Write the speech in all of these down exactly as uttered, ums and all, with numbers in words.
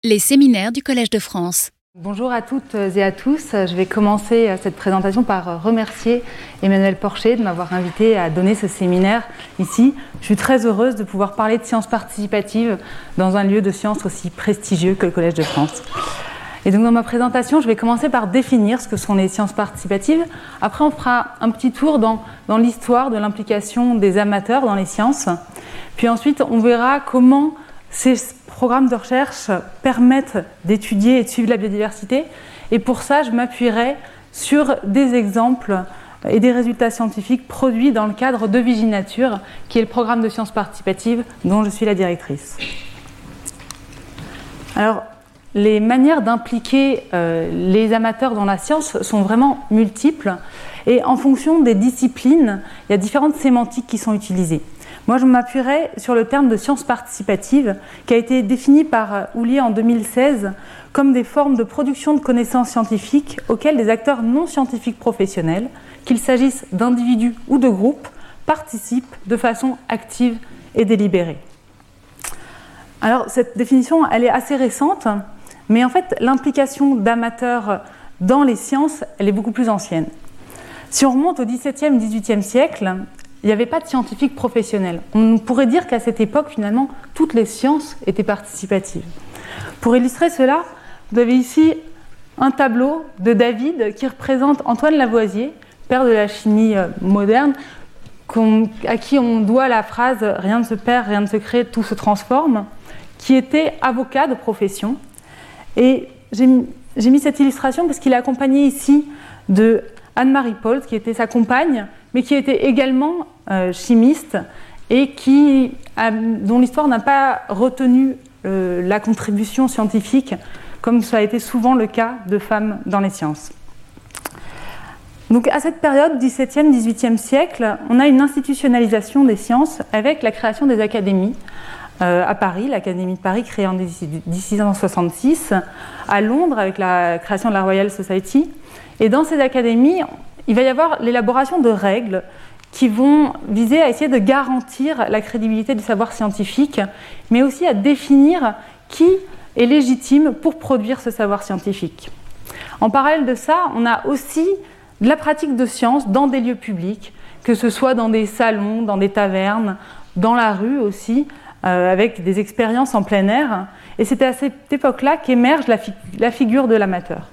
Les séminaires du Collège de France. Bonjour à toutes et à tous. Je vais commencer cette présentation par remercier Emmanuel Porcher de m'avoir invité à donner ce séminaire ici. Je suis très heureuse de pouvoir parler de sciences participatives dans un lieu de sciences aussi prestigieux que le Collège de France. Et donc dans ma présentation, je vais commencer par définir ce que sont les sciences participatives. Après, on fera un petit tour dans, dans l'histoire de l'implication des amateurs dans les sciences. Puis ensuite, on verra comment ces programmes de recherche permettent d'étudier et de suivre la biodiversité. Et pour ça, je m'appuierai sur des exemples et des résultats scientifiques produits dans le cadre de Viginature, qui est le programme de sciences participatives dont je suis la directrice. Alors, les manières d'impliquer euh, les amateurs dans la science sont vraiment multiples. Et en fonction des disciplines, il y a différentes sémantiques qui sont utilisées. Moi, je m'appuierai sur le terme de sciences participatives qui a été défini par Houllier en deux mille seize comme des formes de production de connaissances scientifiques auxquelles des acteurs non scientifiques professionnels, qu'il s'agisse d'individus ou de groupes, participent de façon active et délibérée. Alors, cette définition, elle est assez récente, mais en fait, l'implication d'amateurs dans les sciences, elle est beaucoup plus ancienne. Si on remonte au dix-septième dix-huitième siècle, il n'y avait pas de scientifiques professionnels. On pourrait dire qu'à cette époque, finalement, toutes les sciences étaient participatives. Pour illustrer cela, vous avez ici un tableau de David qui représente Antoine Lavoisier, père de la chimie moderne, à qui on doit la phrase « rien ne se perd, rien ne se crée, tout se transforme », qui était avocat de profession. Et j'ai mis, j'ai mis cette illustration parce qu'il est accompagné ici de Anne-Marie Paul, qui était sa compagne, mais qui était également euh, chimiste et qui, a, dont l'histoire n'a pas retenu euh, la contribution scientifique, comme ça a été souvent le cas de femmes dans les sciences. Donc à cette période, dix-septième dix-huitième siècle, on a une institutionnalisation des sciences avec la création des académies euh, à Paris, l'Académie de Paris créée en dix-six cent soixante-six, à Londres avec la création de la Royal Society. Et dans ces académies, il va y avoir l'élaboration de règles qui vont viser à essayer de garantir la crédibilité du savoir scientifique, mais aussi à définir qui est légitime pour produire ce savoir scientifique. En parallèle de ça, on a aussi de la pratique de science dans des lieux publics, que ce soit dans des salons, dans des tavernes, dans la rue aussi, euh, avec des expériences en plein air. Et c'est à cette époque-là qu'émerge la, fi- la figure de l'amateur.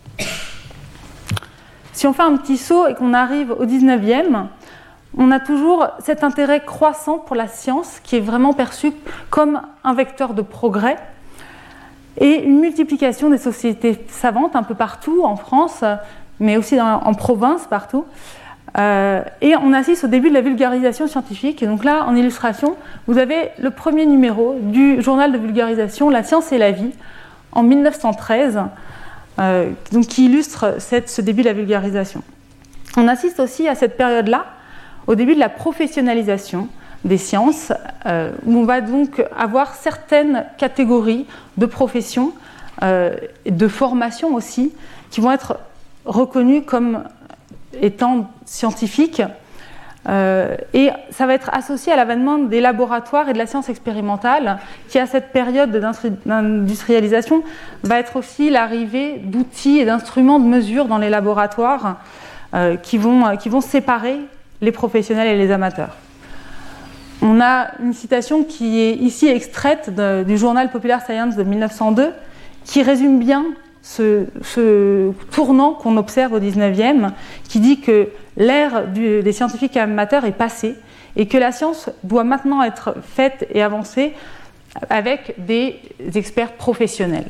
Si on fait un petit saut et qu'on arrive au dix-neuvième, on a toujours cet intérêt croissant pour la science qui est vraiment perçu comme un vecteur de progrès et une multiplication des sociétés savantes un peu partout en France, mais aussi dans, en province partout. Euh, et on assiste au début de la vulgarisation scientifique. Et donc là, en illustration, vous avez le premier numéro du journal de vulgarisation La science et la vie en mille neuf cent treize. Euh, donc qui illustre cette, ce début de la vulgarisation. On assiste aussi à cette période-là, au début de la professionnalisation des sciences, euh, où on va donc avoir certaines catégories de professions, euh, de formations aussi, qui vont être reconnues comme étant scientifiques. Euh, et ça va être associé à l'avènement des laboratoires et de la science expérimentale, qui à cette période d'industrialisation va être aussi l'arrivée d'outils et d'instruments de mesure dans les laboratoires euh, qui, vont, qui vont séparer les professionnels et les amateurs. On a une citation qui est ici extraite de, du journal Popular Science de mille neuf cent deux, qui résume bien Ce, ce tournant qu'on observe au dix-neuvième, qui dit que l'ère du, des scientifiques amateurs est passée et que la science doit maintenant être faite et avancée avec des experts professionnels.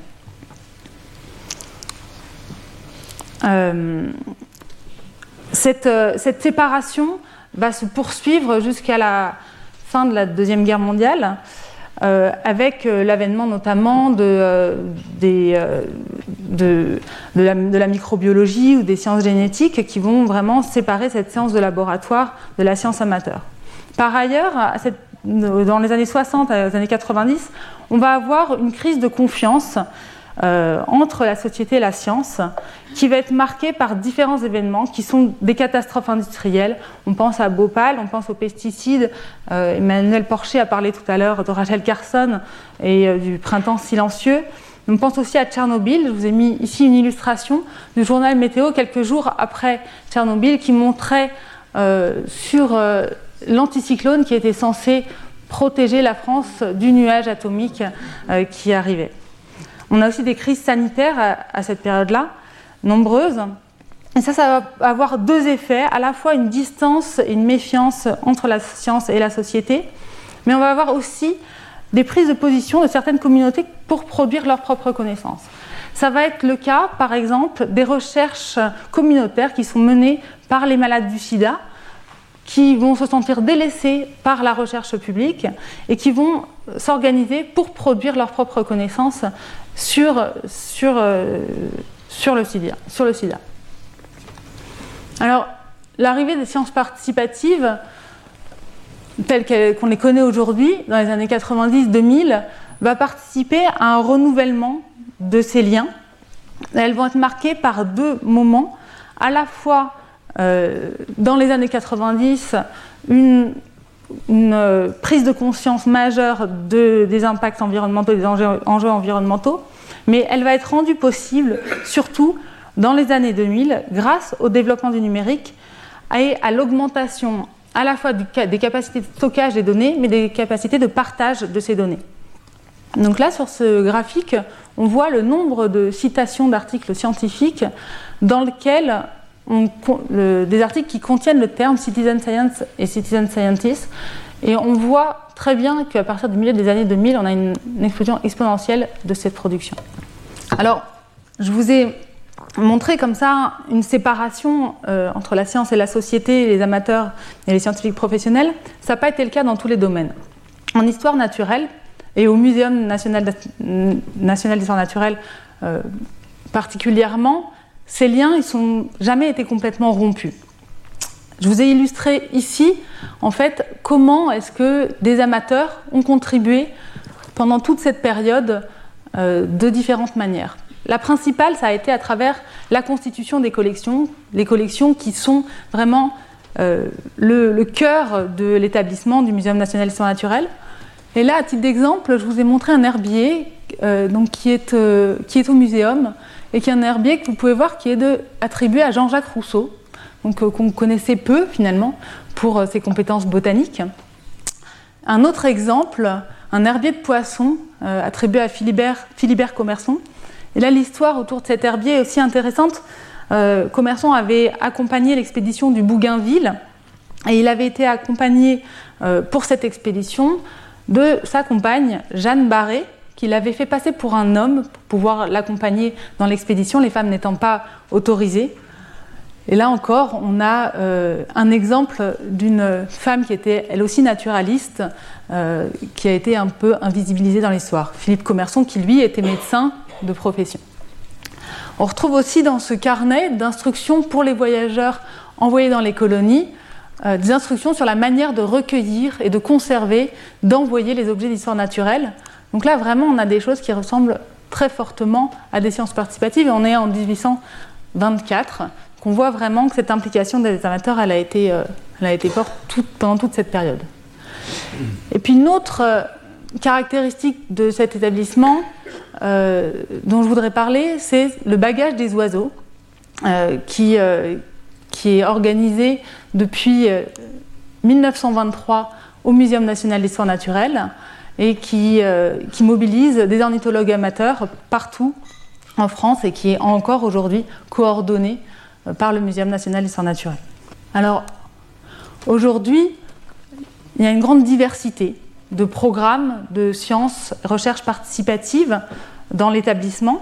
Euh, cette, cette séparation va se poursuivre jusqu'à la fin de la Deuxième Guerre mondiale, Euh, avec euh, l'avènement notamment de, euh, des, euh, de, de, la, de la microbiologie ou des sciences génétiques qui vont vraiment séparer cette science de laboratoire de la science amateur. Par ailleurs, à cette, dans les années soixante et les années quatre-vingt-dix, on va avoir une crise de confiance euh, entre la société et la science qui va être marquée par différents événements qui sont des catastrophes industrielles. On pense à Bhopal, on pense aux pesticides. Euh, Emmanuel Porcher a parlé tout à l'heure de Rachel Carson et euh, du printemps silencieux. On pense aussi à Tchernobyl. Je vous ai mis ici une illustration du journal météo quelques jours après Tchernobyl qui montrait euh, sur euh, l'anticyclone qui était censé protéger la France du nuage atomique euh, qui arrivait. On a aussi des crises sanitaires à, à cette période-là, nombreuses. Et ça, ça va avoir deux effets, à la fois une distance et une méfiance entre la science et la société, mais on va avoir aussi des prises de position de certaines communautés pour produire leurs propres connaissances. Ça va être le cas, par exemple, des recherches communautaires qui sont menées par les malades du sida, qui vont se sentir délaissés par la recherche publique et qui vont s'organiser pour produire leurs propres connaissances sur, sur, euh, sur, le sida, sur le sida. Alors, l'arrivée des sciences participatives, telles qu'on les connaît aujourd'hui, dans les années quatre-vingt-dix deux mille, va participer à un renouvellement de ces liens. Elles vont être marquées par deux moments, à la fois euh, dans les années quatre-vingt-dix, une, une prise de conscience majeure de, des impacts environnementaux, des enjeux, enjeux environnementaux, mais elle va être rendue possible surtout dans les années deux mille, grâce au développement du numérique et à l'augmentation à la fois du, des capacités de stockage des données, mais des capacités de partage de ces données. Donc là, sur ce graphique, on voit le nombre de citations d'articles scientifiques dans lesquels on, le, des articles qui contiennent le terme citizen science et citizen scientist. Et on voit très bien qu'à partir du milieu des années deux mille, on a une, une explosion exponentielle de cette production. Alors, je vous ai montrer comme ça une séparation euh, entre la science et la société, les amateurs et les scientifiques professionnels. Ça n'a pas été le cas dans tous les domaines. En histoire naturelle et au Muséum national d'histoire naturelle euh, particulièrement, ces liens n'ont jamais été complètement rompus. Je vous ai illustré ici, en fait, comment est-ce que des amateurs ont contribué pendant toute cette période euh, de différentes manières. La principale, ça a été à travers la constitution des collections, les collections qui sont vraiment euh, le, le cœur de l'établissement du Muséum national d'histoire naturelle. Et là, à titre d'exemple, je vous ai montré un herbier euh, donc, qui, est, euh, qui est au muséum et qui est un herbier que vous pouvez voir qui est de, attribué à Jean-Jacques Rousseau, donc, euh, qu'on connaissait peu finalement pour euh, ses compétences botaniques. Un autre exemple, un herbier de poissons euh, attribué à Philibert, Philibert Commerson. Et là, l'histoire autour de cet herbier est aussi intéressante. Euh, Commerson avait accompagné l'expédition du Bougainville et il avait été accompagné euh, pour cette expédition de sa compagne Jeanne Barré, qui l'avait fait passer pour un homme pour pouvoir l'accompagner dans l'expédition, les femmes n'étant pas autorisées. Et là encore, on a euh, un exemple d'une femme qui était elle aussi naturaliste, euh, qui a été un peu invisibilisée dans l'histoire. Philippe Commerson, qui lui était médecin de profession. On retrouve aussi dans ce carnet d'instructions pour les voyageurs envoyés dans les colonies, euh, des instructions sur la manière de recueillir et de conserver, d'envoyer les objets d'histoire naturelle. Donc là, vraiment, on a des choses qui ressemblent très fortement à des sciences participatives. Et on est en dix-huit cent vingt-quatre, qu'on voit vraiment que cette implication des amateurs, elle a été, euh, elle a été forte tout, pendant toute cette période. Et puis une autre euh, caractéristique de cet établissement euh, dont je voudrais parler, c'est le bagage des oiseaux euh, qui, euh, qui est organisé depuis euh, mille neuf cent vingt-trois au Muséum national d'histoire naturelle et qui, euh, qui mobilise des ornithologues amateurs partout en France et qui est encore aujourd'hui coordonné euh, par le Muséum national d'histoire naturelle. Alors aujourd'hui, il y a une grande diversité de programmes de sciences, recherche participative dans l'établissement.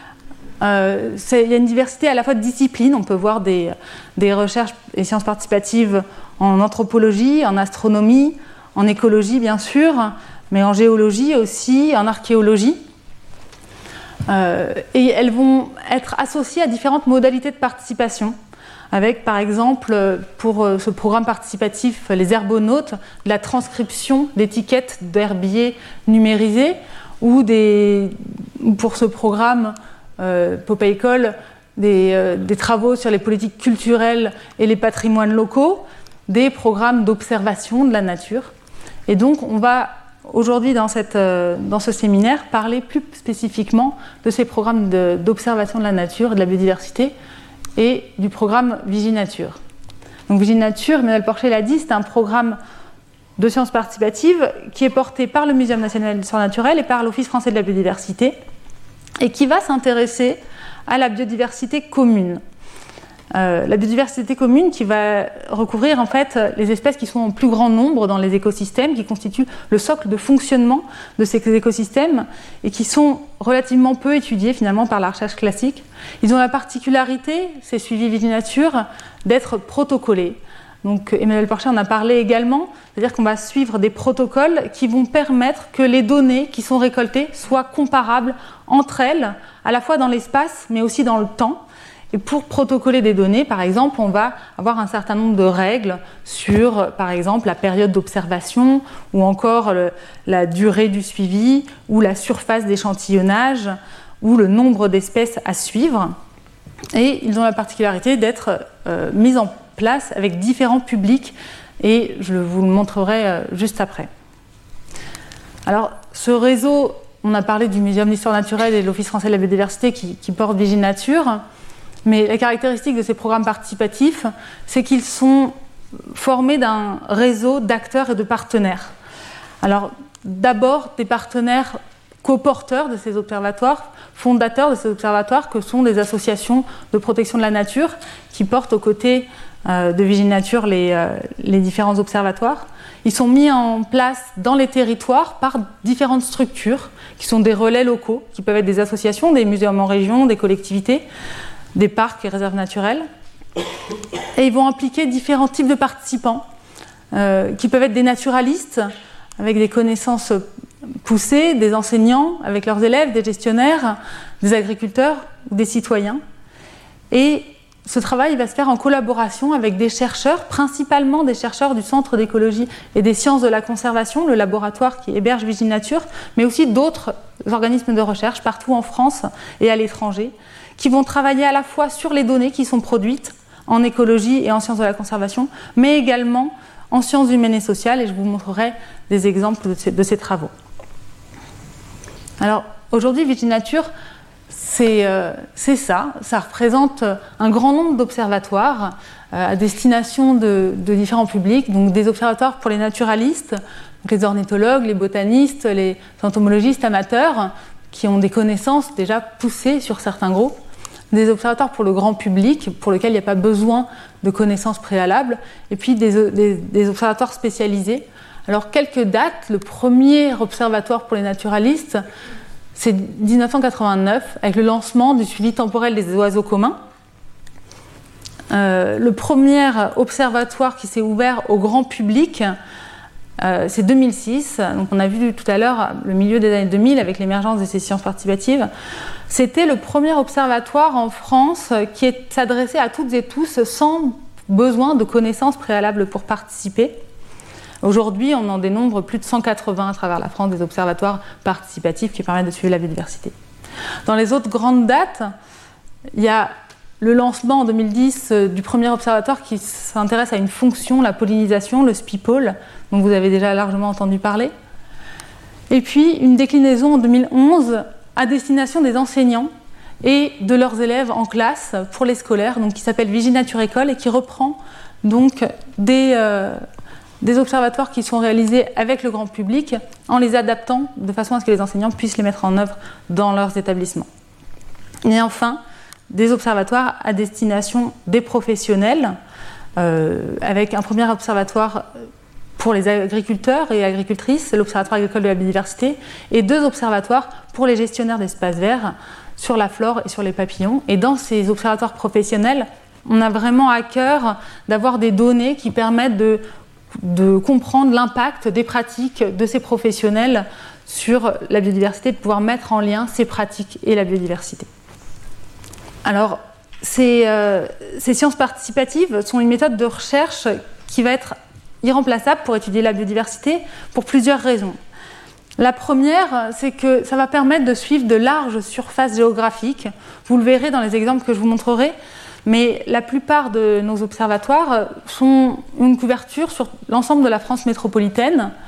Euh, il y a une diversité à la fois de disciplines. On peut voir des, des recherches et sciences participatives en anthropologie, en astronomie, en écologie bien sûr, mais en géologie aussi, en archéologie. Euh, et elles vont être associées à différentes modalités de participation, avec par exemple pour ce programme participatif les herbonautes, de la transcription d'étiquettes d'herbiers numérisés, ou des, pour ce programme euh, Popeycole, des, euh, des travaux sur les politiques culturelles et les patrimoines locaux, des programmes d'observation de la nature. Et donc on va aujourd'hui dans, cette, euh, dans ce séminaire parler plus spécifiquement de ces programmes de, d'observation de la nature et de la biodiversité et du programme Viginature. Donc Viginature, Emmanuel Porcher l'a dit, c'est un programme de sciences participatives qui est porté par le Muséum national d'histoire naturelle et par l'Office français de la biodiversité et qui va s'intéresser à la biodiversité commune. Euh, la biodiversité commune qui va recouvrir en fait les espèces qui sont en plus grand nombre dans les écosystèmes, qui constituent le socle de fonctionnement de ces écosystèmes et qui sont relativement peu étudiés finalement par la recherche classique. Ils ont la particularité, ces suivis Viginature, d'être protocolés. Donc Emmanuel Porcher en a parlé également, c'est-à-dire qu'on va suivre des protocoles qui vont permettre que les données qui sont récoltées soient comparables entre elles, à la fois dans l'espace mais aussi dans le temps. Et pour protocoler des données, par exemple, on va avoir un certain nombre de règles sur, par exemple, la période d'observation ou encore le, la durée du suivi ou la surface d'échantillonnage ou le nombre d'espèces à suivre. Et ils ont la particularité d'être euh, mis en place avec différents publics et je vous le montrerai euh, juste après. Alors, ce réseau, on a parlé du Muséum d'histoire naturelle et de l'Office français de la biodiversité qui, qui porte Viginature. Mais la caractéristique de ces programmes participatifs, c'est qu'ils sont formés d'un réseau d'acteurs et de partenaires. Alors, d'abord, des partenaires co-porteurs de ces observatoires, fondateurs de ces observatoires, que sont des associations de protection de la nature qui portent aux côtés euh, de Viginature les, euh, les différents observatoires. Ils sont mis en place dans les territoires par différentes structures qui sont des relais locaux, qui peuvent être des associations, des muséums en région, des collectivités, des parcs et réserves naturelles. Et ils vont impliquer différents types de participants, euh, qui peuvent être des naturalistes, avec des connaissances poussées, des enseignants, avec leurs élèves, des gestionnaires, des agriculteurs ou des citoyens. Et ce travail va se faire en collaboration avec des chercheurs, principalement des chercheurs du Centre d'écologie et des sciences de la conservation, le laboratoire qui héberge Viginature, mais aussi d'autres organismes de recherche partout en France et à l'étranger, qui vont travailler à la fois sur les données qui sont produites en écologie et en sciences de la conservation, mais également en sciences humaines et sociales, et je vous montrerai des exemples de ces, de ces travaux. Alors, aujourd'hui, Viginature, c'est euh, ça, ça représente un grand nombre d'observatoires euh, à destination de, de différents publics, donc des observatoires pour les naturalistes, donc les ornithologues, les botanistes, les entomologistes amateurs, qui ont des connaissances déjà poussées sur certains groupes, des observatoires pour le grand public, pour lesquels il n'y a pas besoin de connaissances préalables, et puis des, des, des observatoires spécialisés. Alors, quelques dates. Le premier observatoire pour les naturalistes, c'est dix-neuf cent quatre-vingt-neuf, avec le lancement du suivi temporel des oiseaux communs. Euh, le premier observatoire qui s'est ouvert au grand public, Euh, c'est deux mille six, donc on a vu tout à l'heure le milieu des années deux mille avec l'émergence de ces sciences participatives. C'était le premier observatoire en France qui s'adressait à toutes et tous sans besoin de connaissances préalables pour participer. Aujourd'hui, on en dénombre plus de cent quatre-vingts à travers la France des observatoires participatifs qui permettent de suivre la biodiversité. Dans les autres grandes dates, il y a le lancement en deux mille dix euh, du premier observatoire qui s'intéresse à une fonction, la pollinisation, le SPIPOL, dont vous avez déjà largement entendu parler. Et puis une déclinaison en deux mille onze à destination des enseignants et de leurs élèves en classe pour les scolaires, donc qui s'appelle Viginature École et qui reprend donc des, euh, des observatoires qui sont réalisés avec le grand public en les adaptant de façon à ce que les enseignants puissent les mettre en œuvre dans leurs établissements. Et enfin, des observatoires à destination des professionnels, euh, avec un premier observatoire pour les agriculteurs et agricultrices, l'Observatoire agricole de la biodiversité, et deux observatoires pour les gestionnaires d'espaces verts sur la flore et sur les papillons. Et dans ces observatoires professionnels, on a vraiment à cœur d'avoir des données qui permettent de, de comprendre l'impact des pratiques de ces professionnels sur la biodiversité, de pouvoir mettre en lien ces pratiques et la biodiversité. Alors, ces, euh, ces sciences participatives sont une méthode de recherche qui va être irremplaçable pour étudier la biodiversité pour plusieurs raisons. La première, c'est que ça va permettre de suivre de larges surfaces géographiques. Vous le verrez dans les exemples que je vous montrerai, mais la plupart de nos observatoires sont une couverture sur l'ensemble de la France métropolitaine,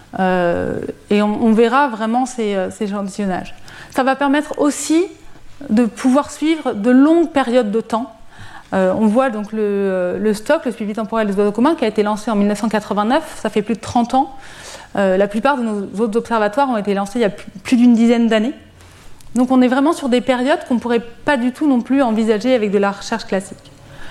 euh, et on, on verra vraiment ces, ces échantillonnages. Ça va permettre aussi de pouvoir suivre de longues périodes de temps. Euh, on voit donc le, le stock, le suivi temporel des oiseaux communs, qui a été lancé en mille neuf cent quatre-vingt-neuf, ça fait plus de trente ans. Euh, la plupart de nos autres observatoires ont été lancés il y a plus, plus d'une dizaine d'années. Donc on est vraiment sur des périodes qu'on ne pourrait pas du tout non plus envisager avec de la recherche classique.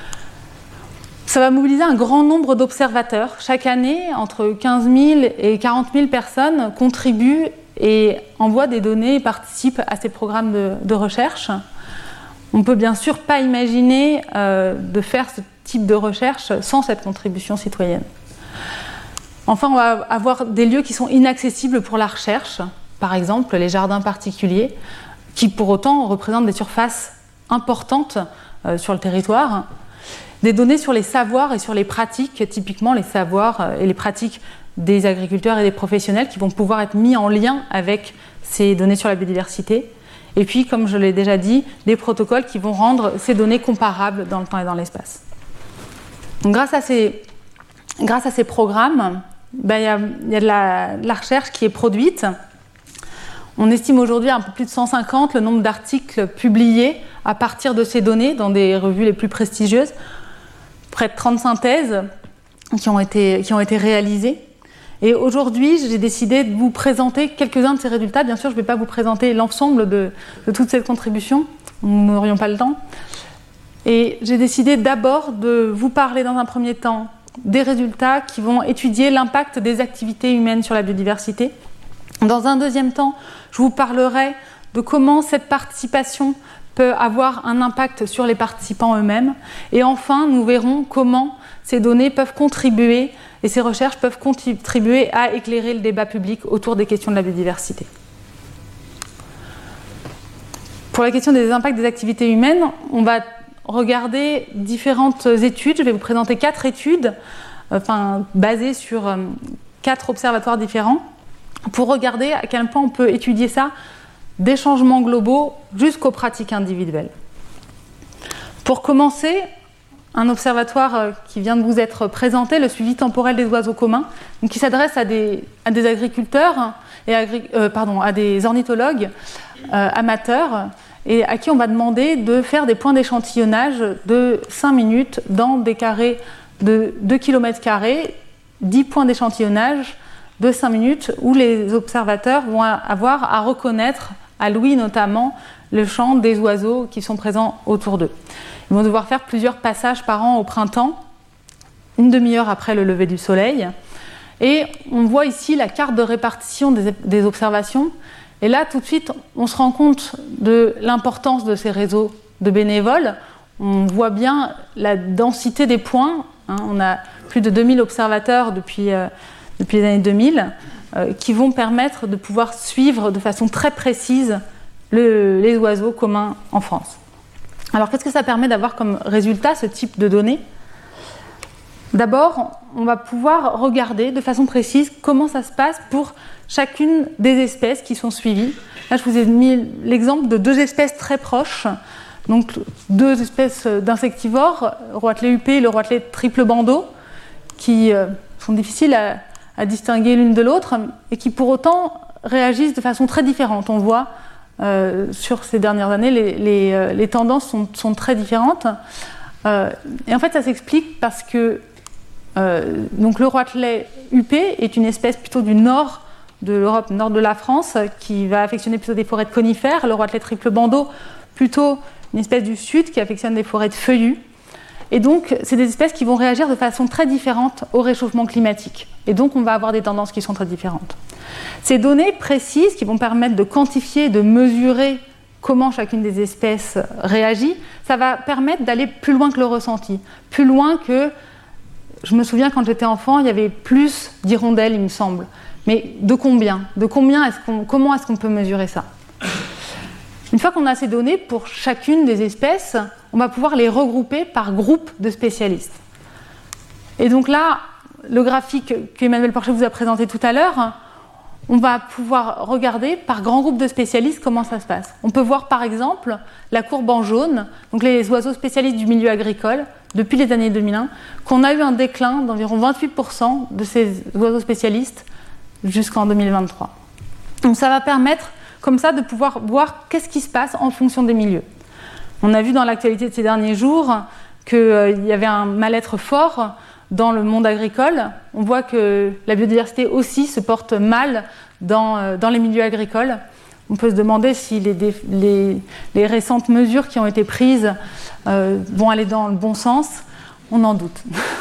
Ça va mobiliser un grand nombre d'observateurs. Chaque année, entre quinze mille et quarante mille personnes contribuent et envoient des données et participent à ces programmes de, de recherche. On ne peut bien sûr pas imaginer euh, de faire ce type de recherche sans cette contribution citoyenne. Enfin, on va avoir des lieux qui sont inaccessibles pour la recherche, par exemple les jardins particuliers, qui pour autant représentent des surfaces importantes euh, sur le territoire. Des données sur les savoirs et sur les pratiques, typiquement les savoirs et les pratiques des agriculteurs et des professionnels qui vont pouvoir être mis en lien avec ces données sur la biodiversité. Et puis, comme je l'ai déjà dit, des protocoles qui vont rendre ces données comparables dans le temps et dans l'espace. Donc, grâce à ces, grâce à ces programmes, ben, y a, y a de la, de la recherche qui est produite. On estime aujourd'hui à un peu plus de cent cinquante le nombre d'articles publiés à partir de ces données dans des revues les plus prestigieuses. Près de trente synthèses qui ont été, qui ont été réalisées. Et aujourd'hui, j'ai décidé de vous présenter quelques-uns de ces résultats. Bien sûr, je ne vais pas vous présenter l'ensemble de, de toute cette contribution. Nous n'aurions pas le temps. Et j'ai décidé d'abord de vous parler dans un premier temps des résultats qui vont étudier l'impact des activités humaines sur la biodiversité. Dans un deuxième temps, je vous parlerai de comment cette participation peut avoir un impact sur les participants eux-mêmes. Et enfin, nous verrons comment ces données peuvent contribuer et ces recherches peuvent contribuer à éclairer le débat public autour des questions de la biodiversité. Pour la question des impacts des activités humaines, on va regarder différentes études. Je vais vous présenter quatre études, enfin, basées sur euh, quatre observatoires différents, pour regarder à quel point on peut étudier ça des changements globaux jusqu'aux pratiques individuelles. Pour commencer, un observatoire qui vient de vous être présenté, le suivi temporel des oiseaux communs, donc qui s'adresse à des, à des agriculteurs et agri euh, pardon, à des ornithologues euh, amateurs et à qui on va demander de faire des points d'échantillonnage de cinq minutes dans des carrés de deux kilomètres carrés, dix points d'échantillonnage de cinq minutes où les observateurs vont avoir à reconnaître, à l'ouïe notamment, le chant des oiseaux qui sont présents autour d'eux. Ils vont devoir faire plusieurs passages par an au printemps, une demi-heure après le lever du soleil. Et on voit ici la carte de répartition des, des observations. Et là, tout de suite, on se rend compte de l'importance de ces réseaux de bénévoles. On voit bien la densité des points. Hein, on a plus de deux mille observateurs depuis, euh, depuis les années deux mille euh, qui vont permettre de pouvoir suivre de façon très précise le, les oiseaux communs en France. Alors, qu'est-ce que ça permet d'avoir comme résultat, ce type de données ? D'abord, on va pouvoir regarder de façon précise comment ça se passe pour chacune des espèces qui sont suivies. Là, je vous ai mis l'exemple de deux espèces très proches, donc deux espèces d'insectivores, le roitelet huppé et le roitelet triple bandeau, qui sont difficiles à, à distinguer l'une de l'autre et qui pour autant réagissent de façon très différente. On voit euh, sur ces dernières années, les, les, les tendances sont, sont très différentes. Euh, et en fait, ça s'explique parce que Euh, donc le roitelet huppé est une espèce plutôt du nord de l'Europe, nord de la France, qui va affectionner plutôt des forêts de conifères. Le roitelet triple bandeau, plutôt une espèce du sud qui affectionne des forêts de feuillus. Et donc, c'est des espèces qui vont réagir de façon très différente au réchauffement climatique. Et donc, on va avoir des tendances qui sont très différentes. Ces données précises qui vont permettre de quantifier, de mesurer comment chacune des espèces réagit, ça va permettre d'aller plus loin que le ressenti, plus loin que... Je me souviens quand j'étais enfant, il y avait plus d'hirondelles, il me semble. Mais de combien ? De combien est-ce qu'on, comment est-ce qu'on peut mesurer ça ? Une fois qu'on a ces données pour chacune des espèces, on va pouvoir les regrouper par groupe de spécialistes. Et donc là, le graphique qu'Emmanuel Porcher vous a présenté tout à l'heure, on va pouvoir regarder par grand groupe de spécialistes comment ça se passe. On peut voir par exemple la courbe en jaune, donc les oiseaux spécialistes du milieu agricole, depuis les années deux mille un, qu'on a eu un déclin d'environ vingt-huit pour cent de ces oiseaux spécialistes jusqu'en deux mille vingt-trois. Donc ça va permettre comme ça de pouvoir voir qu'est-ce qui se passe en fonction des milieux. On a vu dans l'actualité de ces derniers jours qu'il euh, y avait un mal-être fort dans le monde agricole. On voit que la biodiversité aussi se porte mal dans, euh, dans les milieux agricoles. On peut se demander si les, les, les récentes mesures qui ont été prises euh, vont aller dans le bon sens. On en doute.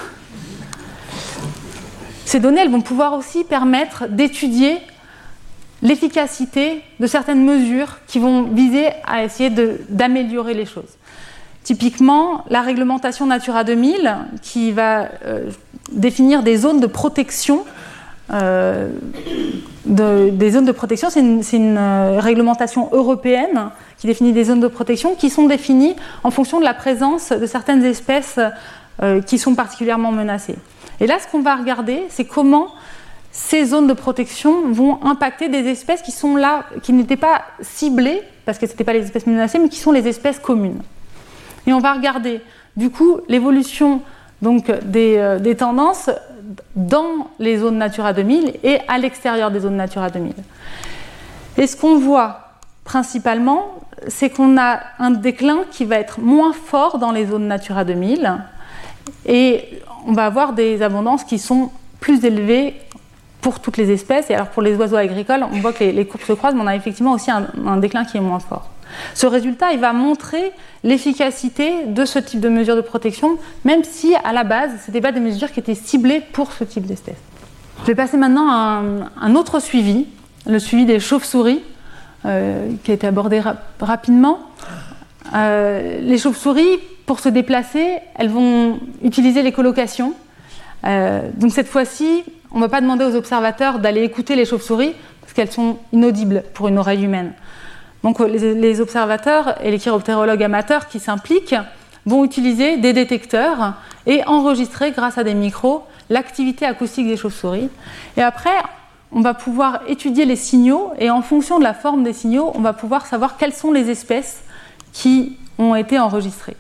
Ces données, elles vont pouvoir aussi permettre d'étudier l'efficacité de certaines mesures qui vont viser à essayer de, d'améliorer les choses. Typiquement, la réglementation Natura deux mille, qui va euh, définir des zones de protection. Euh, de, des zones de protection, c'est une, c'est une euh, réglementation européenne qui définit des zones de protection qui sont définies en fonction de la présence de certaines espèces euh, qui sont particulièrement menacées. Et là, ce qu'on va regarder, c'est comment ces zones de protection vont impacter des espèces qui sont là, qui n'étaient pas ciblées, parce que ce n'étaient pas les espèces menacées, mais qui sont les espèces communes. Et on va regarder, du coup, l'évolution donc, des, euh, des tendances dans les zones Natura deux mille et à l'extérieur des zones Natura deux mille. Et ce qu'on voit principalement, c'est qu'on a un déclin qui va être moins fort dans les zones Natura deux mille et on va avoir des abondances qui sont plus élevées pour toutes les espèces. Et alors pour les oiseaux agricoles, on voit que les, les courbes se croisent, mais on a effectivement aussi un, un déclin qui est moins fort. Ce résultat, il va montrer l'efficacité de ce type de mesures de protection, même si à la base, ce n'étaient pas des mesures qui étaient ciblées pour ce type d'espèces. Je vais passer maintenant à un, un autre suivi, le suivi des chauves-souris, euh, qui a été abordé ra- rapidement. Euh, les chauves-souris, pour se déplacer, elles vont utiliser l'écholocation. Euh, donc cette fois-ci, on ne va pas demander aux observateurs d'aller écouter les chauves-souris, parce qu'elles sont inaudibles pour une oreille humaine. Donc les, les observateurs et les chiroptérologues amateurs qui s'impliquent vont utiliser des détecteurs et enregistrer grâce à des micros l'activité acoustique des chauves-souris. Et après, on va pouvoir étudier les signaux et en fonction de la forme des signaux, on va pouvoir savoir quelles sont les espèces qui ont été enregistrées.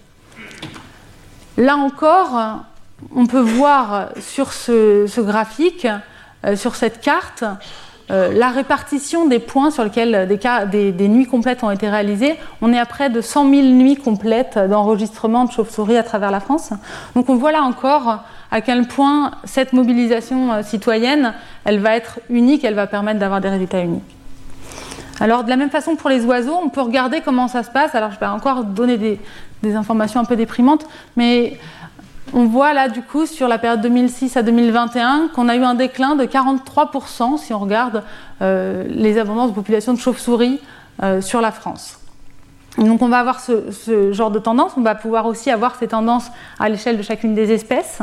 Là encore, on peut voir sur ce, ce graphique, euh, sur cette carte, Euh, la répartition des points sur lesquels des, cas, des, des nuits complètes ont été réalisées. On est à près de cent mille nuits complètes d'enregistrement de chauves-souris à travers la France. Donc on voit là encore à quel point cette mobilisation euh, citoyenne, elle va être unique, elle va permettre d'avoir des résultats uniques. Alors de la même façon pour les oiseaux, on peut regarder comment ça se passe. Alors je vais encore donner des, des informations un peu déprimantes, mais on voit là du coup sur la période deux mille six à deux mille vingt et un qu'on a eu un déclin de quarante-trois pour cent si on regarde euh, les abondances de population de chauves-souris euh, sur la France. Et donc on va avoir ce, ce genre de tendance, on va pouvoir aussi avoir ces tendances à l'échelle de chacune des espèces.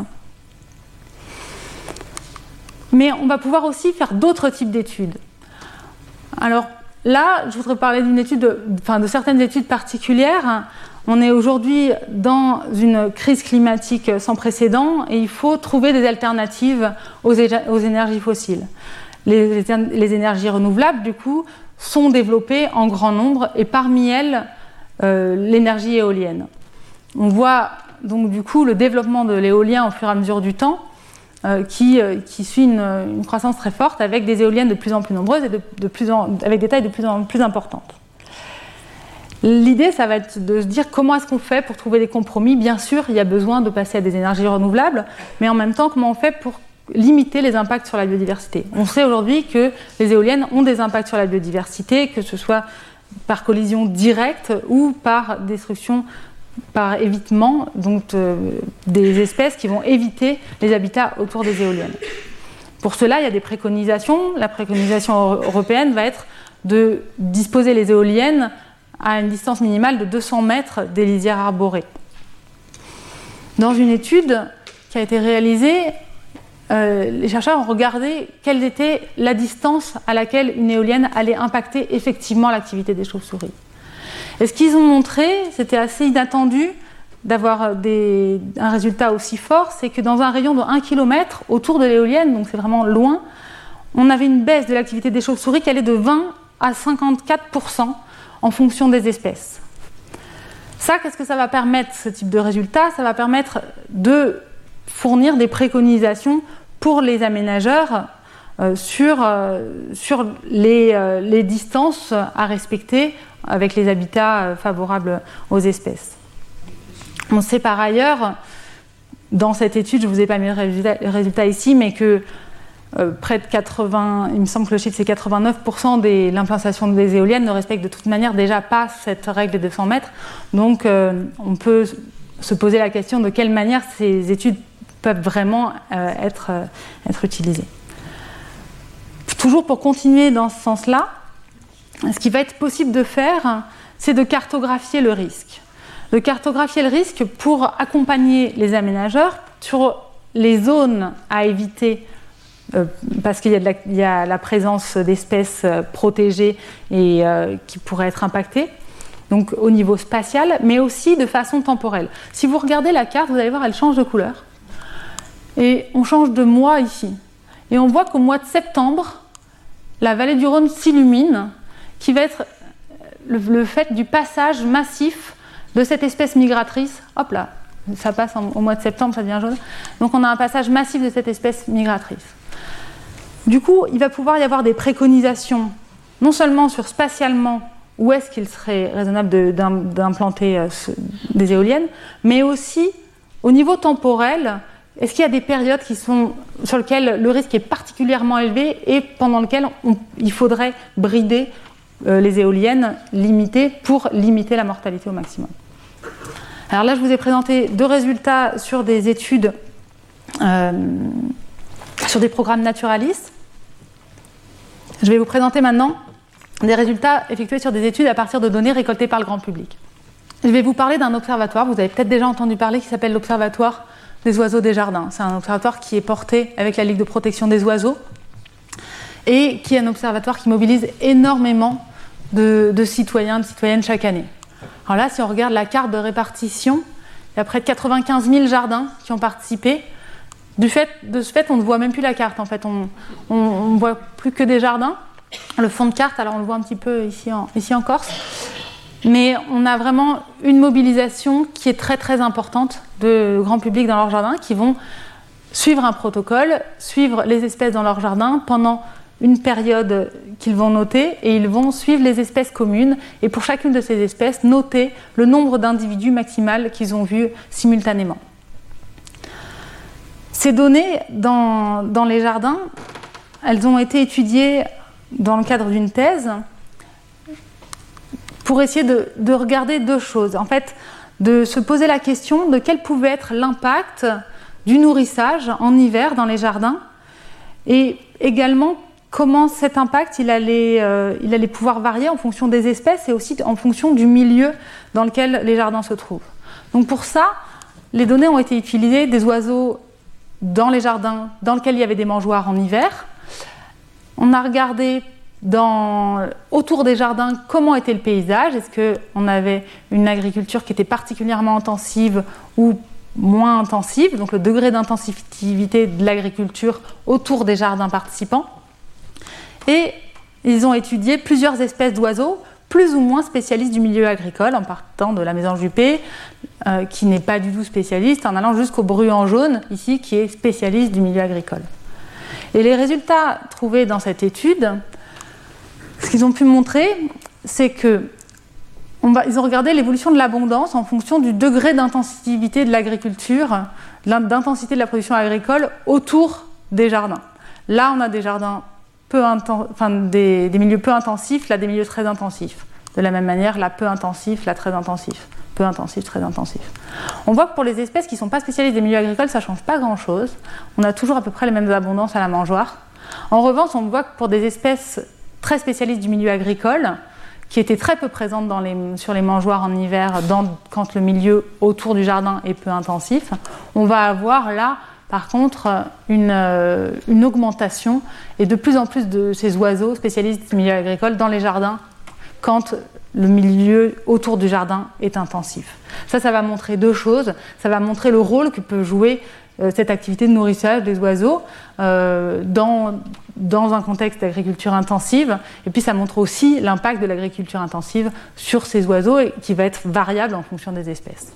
Mais on va pouvoir aussi faire d'autres types d'études. Alors là, je voudrais parler d'une étude, de, enfin de certaines études particulières. On est aujourd'hui dans une crise climatique sans précédent et il faut trouver des alternatives aux, é- aux énergies fossiles. Les, les, les énergies renouvelables, du coup, sont développées en grand nombre et parmi elles, euh, l'énergie éolienne. On voit donc du coup le développement de l'éolien au fur et à mesure du temps euh, qui, euh, qui suit une, une croissance très forte avec des éoliennes de plus en plus nombreuses et de, de plus en, avec des tailles de plus en plus importantes. L'idée, ça va être de se dire comment est-ce qu'on fait pour trouver des compromis. Bien sûr, il y a besoin de passer à des énergies renouvelables, mais en même temps, comment on fait pour limiter les impacts sur la biodiversité. On sait aujourd'hui que les éoliennes ont des impacts sur la biodiversité, que ce soit par collision directe ou par destruction, par évitement, donc euh, des espèces qui vont éviter les habitats autour des éoliennes. Pour cela, il y a des préconisations. La préconisation européenne va être de disposer les éoliennes à une distance minimale de deux cents mètres des lisières arborées. Dans une étude qui a été réalisée, euh, les chercheurs ont regardé quelle était la distance à laquelle une éolienne allait impacter effectivement l'activité des chauves-souris. Et ce qu'ils ont montré, c'était assez inattendu d'avoir des, un résultat aussi fort, c'est que dans un rayon de un kilomètre autour de l'éolienne, donc c'est vraiment loin, on avait une baisse de l'activité des chauves-souris qui allait de vingt à cinquante-quatre pour cent en fonction des espèces. Ça, qu'est-ce que ça va permettre, ce type de résultat ? Ça va permettre de fournir des préconisations pour les aménageurs euh, sur, euh, sur les, euh, les distances à respecter avec les habitats euh, favorables aux espèces. On sait par ailleurs, dans cette étude, je ne vous ai pas mis le résultat, le résultat ici, mais que euh, près de quatre-vingts, il me semble que le chiffre c'est quatre-vingt-neuf pour cent de l'implantation des éoliennes ne respectent de toute manière déjà pas cette règle des deux cents mètres. Donc euh, on peut se poser la question de quelle manière ces études peuvent vraiment euh, être, euh, être utilisées. Toujours pour continuer dans ce sens-là, ce qui va être possible de faire, c'est de cartographier le risque. De cartographier le risque pour accompagner les aménageurs sur les zones à éviter, euh, parce qu'il y a, de la, il y a la présence d'espèces protégées et euh, qui pourraient être impactées, donc au niveau spatial, mais aussi de façon temporelle. Si vous regardez la carte, vous allez voir, elle change de couleur. Et on change de mois ici. Et on voit qu'au mois de septembre, la vallée du Rhône s'illumine, qui va être le, le fait du passage massif de cette espèce migratrice. Hop là, ça passe en, au mois de septembre, ça devient jaune. Donc on a un passage massif de cette espèce migratrice. Du coup, il va pouvoir y avoir des préconisations, non seulement sur spatialement où est-ce qu'il serait raisonnable de, d'implanter euh, ce, des éoliennes, mais aussi au niveau temporel. Est-ce qu'il y a des périodes qui sont, sur lesquelles le risque est particulièrement élevé et pendant lesquelles on, il faudrait brider euh, les éoliennes limitées pour limiter la mortalité au maximum? Alors là, je vous ai présenté deux résultats sur des études, euh, sur des programmes naturalistes. Je vais vous présenter maintenant des résultats effectués sur des études à partir de données récoltées par le grand public. Je vais vous parler d'un observatoire, vous avez peut-être déjà entendu parler, qui s'appelle l'Observatoire des oiseaux des jardins. C'est un observatoire qui est porté avec la Ligue de protection des oiseaux et qui est un observatoire qui mobilise énormément de, de citoyens, de citoyennes chaque année. Alors là, si on regarde la carte de répartition, il y a près de quatre-vingt-quinze mille jardins qui ont participé. Du fait, de ce fait, on ne voit même plus la carte. En fait, on ne voit plus que des jardins. Le fond de carte, alors on le voit un petit peu ici en, ici en Corse. Mais on a vraiment une mobilisation qui est très très importante de grand public dans leur jardin, qui vont suivre un protocole, suivre les espèces dans leur jardin pendant une période qu'ils vont noter, et ils vont suivre les espèces communes, et pour chacune de ces espèces, noter le nombre d'individus maximal qu'ils ont vus simultanément. Ces données dans, dans les jardins, elles ont été étudiées dans le cadre d'une thèse, pour essayer de, de regarder deux choses. En fait, de se poser la question de quel pouvait être l'impact du nourrissage en hiver dans les jardins, et également comment cet impact il allait, euh, il allait pouvoir varier en fonction des espèces et aussi en fonction du milieu dans lequel les jardins se trouvent. Donc pour ça, les données ont été utilisées des oiseaux dans les jardins dans lesquels il y avait des mangeoires en hiver. On a regardé Dans, autour des jardins, comment était le paysage? Est-ce qu'on avait une agriculture qui était particulièrement intensive ou moins intensive? Donc le degré d'intensivité de l'agriculture autour des jardins participants. Et ils ont étudié plusieurs espèces d'oiseaux, plus ou moins spécialistes du milieu agricole, en partant de la mésange huppée, euh, qui n'est pas du tout spécialiste, en allant jusqu'au bruant jaune, ici, qui est spécialiste du milieu agricole. Et les résultats trouvés dans cette étude, ce qu'ils ont pu montrer, c'est que on va, ils ont regardé l'évolution de l'abondance en fonction du degré d'intensivité de l'agriculture, d'intensité de la production agricole autour des jardins. Là, on a des jardins peu inten- enfin des, des milieux peu intensifs, là des milieux très intensifs. De la même manière, là peu intensif, là très intensif. Peu intensif, très intensif. On voit que pour les espèces qui ne sont pas spécialistes des milieux agricoles, ça ne change pas grand-chose. On a toujours à peu près les mêmes abondances à la mangeoire. En revanche, on voit que pour des espèces très spécialistes du milieu agricole, qui étaient très peu présentes dans les, sur les mangeoires en hiver, dans, quand le milieu autour du jardin est peu intensif, on va avoir là, par contre, une, une augmentation et de plus en plus de ces oiseaux spécialistes du milieu agricole dans les jardins quand le milieu autour du jardin est intensif. Ça, ça va montrer deux choses. Ça va montrer le rôle que peut jouer euh, cette activité de nourrissage des oiseaux euh, dans, dans un contexte d'agriculture intensive. Et puis, ça montre aussi l'impact de l'agriculture intensive sur ces oiseaux et qui va être variable en fonction des espèces.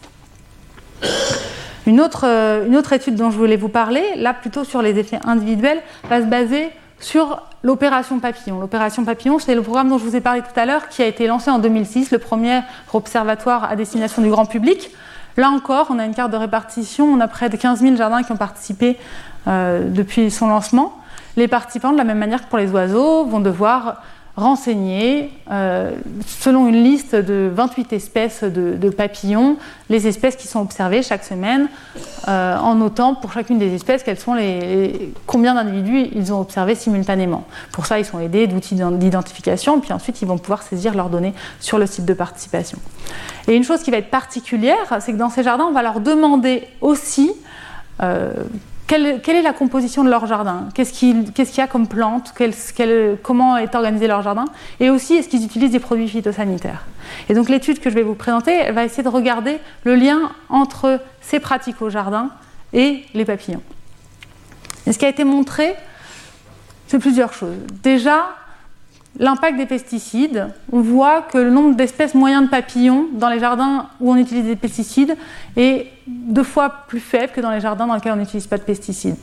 Une autre, euh, une autre étude dont je voulais vous parler, là plutôt sur les effets individuels, va se baser sur l'opération Papillon. L'opération Papillon, c'est le programme dont je vous ai parlé tout à l'heure, qui a été lancé en deux mille six, le premier observatoire à destination du grand public. Là encore, on a une carte de répartition, on a près de quinze mille jardins qui ont participé euh, depuis son lancement. Les participants, de la même manière que pour les oiseaux, vont devoir renseigner, euh, selon une liste de vingt-huit espèces de, de papillons, les espèces qui sont observées chaque semaine, euh, en notant pour chacune des espèces quels sont les, les, combien d'individus ils ont observés simultanément. Pour ça, ils sont aidés d'outils d'identification, puis ensuite, ils vont pouvoir saisir leurs données sur le site de participation. Et une chose qui va être particulière, c'est que dans ces jardins, on va leur demander aussi euh, Quelle, quelle est la composition de leur jardin? Qu'est-ce qu'il, qu'est-ce qu'il y a comme plantes? Quel, quel, comment est organisé leur jardin? Et aussi, est-ce qu'ils utilisent des produits phytosanitaires? Et donc l'étude que je vais vous présenter, elle va essayer de regarder le lien entre ces pratiques au jardin et les papillons. Et ce qui a été montré, c'est plusieurs choses. Déjà, l'impact des pesticides. On voit que le nombre d'espèces moyennes de papillons dans les jardins où on utilise des pesticides est deux fois plus faible que dans les jardins dans lesquels on n'utilise pas de pesticides.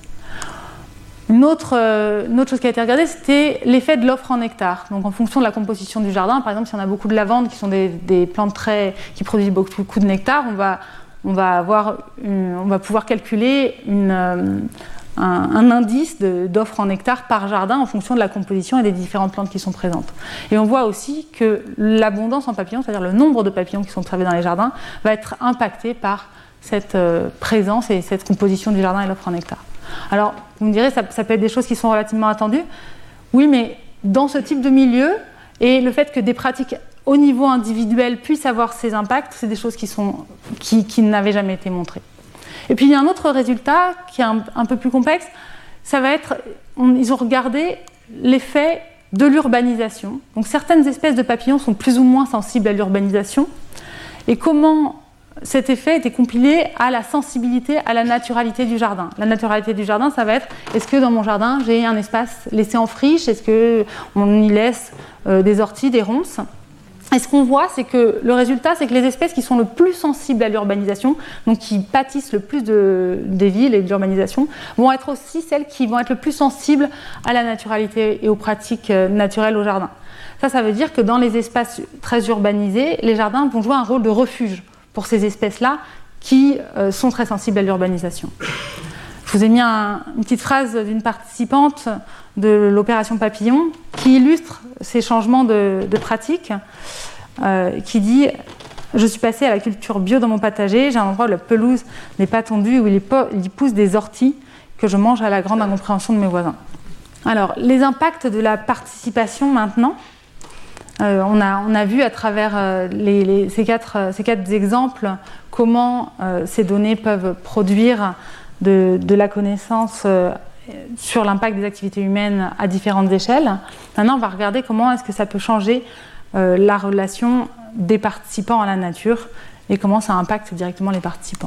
Une autre, euh, une autre chose qui a été regardée, c'était l'effet de l'offre en nectar. Donc en fonction de la composition du jardin, par exemple, si on a beaucoup de lavande, qui sont des, des plantes très, qui produisent beaucoup de nectar, on va, on va, avoir une, on va pouvoir calculer une... Euh, Un, un indice d'offre en nectar par jardin en fonction de la composition et des différentes plantes qui sont présentes. Et on voit aussi que l'abondance en papillons, c'est-à-dire le nombre de papillons qui sont observés dans les jardins, va être impacté par cette euh, présence et cette composition du jardin et l'offre en nectar. Alors, vous me direz, ça, ça peut être des choses qui sont relativement attendues. Oui, mais dans ce type de milieu, et le fait que des pratiques au niveau individuel puissent avoir ces impacts, c'est des choses qui, sont, qui, qui n'avaient jamais été montrées. Et puis il y a un autre résultat qui est un, un peu plus complexe, ça va être, on, ils ont regardé l'effet de l'urbanisation. Donc certaines espèces de papillons sont plus ou moins sensibles à l'urbanisation, et comment cet effet était compilé à la sensibilité à la naturalité du jardin. La naturalité du jardin, ça va être, est-ce que dans mon jardin j'ai un espace laissé en friche, est-ce qu'on y laisse euh, des orties, des ronces? Et ce qu'on voit, c'est que le résultat, c'est que les espèces qui sont le plus sensibles à l'urbanisation, donc qui pâtissent le plus de, des villes et de l'urbanisation, vont être aussi celles qui vont être le plus sensibles à la naturalité et aux pratiques naturelles au jardin. Ça, ça veut dire que dans les espaces très urbanisés, les jardins vont jouer un rôle de refuge pour ces espèces-là qui euh, sont très sensibles à l'urbanisation. Je vous ai mis un, une petite phrase d'une participante de l'opération Papillon qui illustre ces changements de, de pratique, euh, qui dit « Je suis passée à la culture bio dans mon potager, j'ai un endroit où la pelouse n'est pas tondue, où il, po- il pousse des orties que je mange à la grande incompréhension de mes voisins. » Alors, les impacts de la participation maintenant, euh, on, a, on a vu à travers euh, les, les, ces, quatre, ces quatre exemples comment euh, ces données peuvent produire de, de la connaissance euh, sur l'impact des activités humaines à différentes échelles. Maintenant, on va regarder comment est-ce que ça peut changer euh, la relation des participants à la nature et comment ça impacte directement les participants.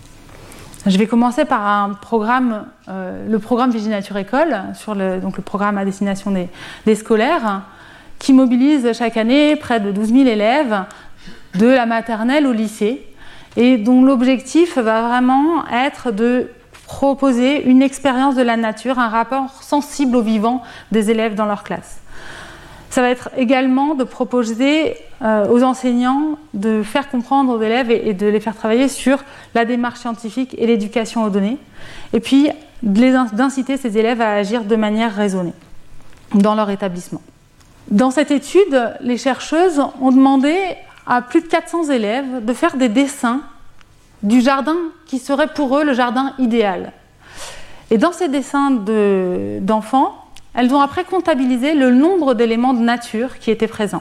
Je vais commencer par un programme, euh, le programme Viginature École, sur le, donc le programme à destination des, des scolaires, qui mobilise chaque année près de douze mille élèves de la maternelle au lycée et dont l'objectif va vraiment être de proposer une expérience de la nature, un rapport sensible au vivant des élèves dans leur classe. Ça va être également de proposer euh, aux enseignants de faire comprendre aux élèves et, et de les faire travailler sur la démarche scientifique et l'éducation aux données, et puis d'inciter ces élèves à agir de manière raisonnée dans leur établissement. Dans cette étude, les chercheuses ont demandé à plus de quatre cents élèves de faire des dessins du jardin qui serait pour eux le jardin idéal. Et dans ces dessins de, d'enfants, elles ont après comptabilisé le nombre d'éléments de nature qui étaient présents.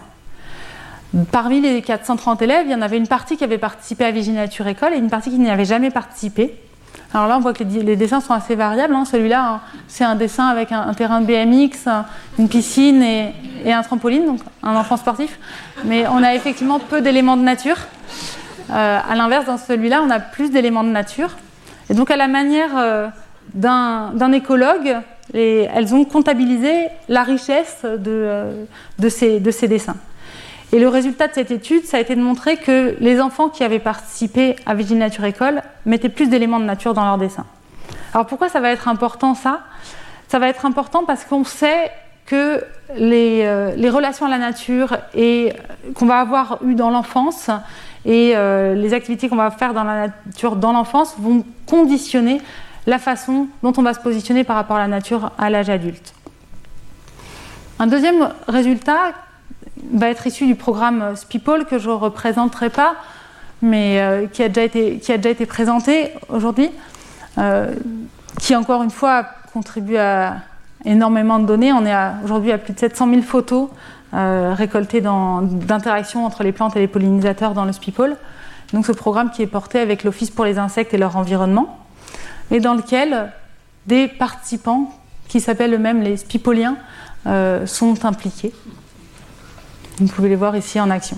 Parmi les quatre cent trente élèves, il y en avait une partie qui avait participé à Viginature École et une partie qui n'y avait jamais participé. Alors là, on voit que les, les dessins sont assez variables. Hein. Celui-là, hein, c'est un dessin avec un, un terrain de B M X, une piscine et, et un trampoline, donc un enfant sportif. Mais on a effectivement peu d'éléments de nature. Euh, à l'inverse, dans celui-là, on a plus d'éléments de nature. Et donc, à la manière euh, d'un, d'un écologue, les, elles ont comptabilisé la richesse de, euh, de, ces, de ces dessins. Et le résultat de cette étude, ça a été de montrer que les enfants qui avaient participé à Viginature École mettaient plus d'éléments de nature dans leurs dessins. Alors pourquoi ça va être important ça ? ça va être important parce qu'on sait que les, euh, les relations à la nature et qu'on va avoir eues dans l'enfance et euh, les activités qu'on va faire dans la nature dans l'enfance vont conditionner la façon dont on va se positionner par rapport à la nature à l'âge adulte. Un deuxième résultat va être issu du programme SPIPOL que je ne représenterai pas, mais euh, qui, a déjà été, qui a déjà été présenté aujourd'hui, euh, qui encore une fois contribue à énormément de données. On est aujourd'hui à plus de sept cent mille photos euh, récoltées d'interactions entre les plantes et les pollinisateurs dans le SPIPOL. Donc ce programme qui est porté avec l'Office pour les insectes et leur environnement, et dans lequel des participants, qui s'appellent eux-mêmes les spipoliens, euh, sont impliqués. Vous pouvez les voir ici en action.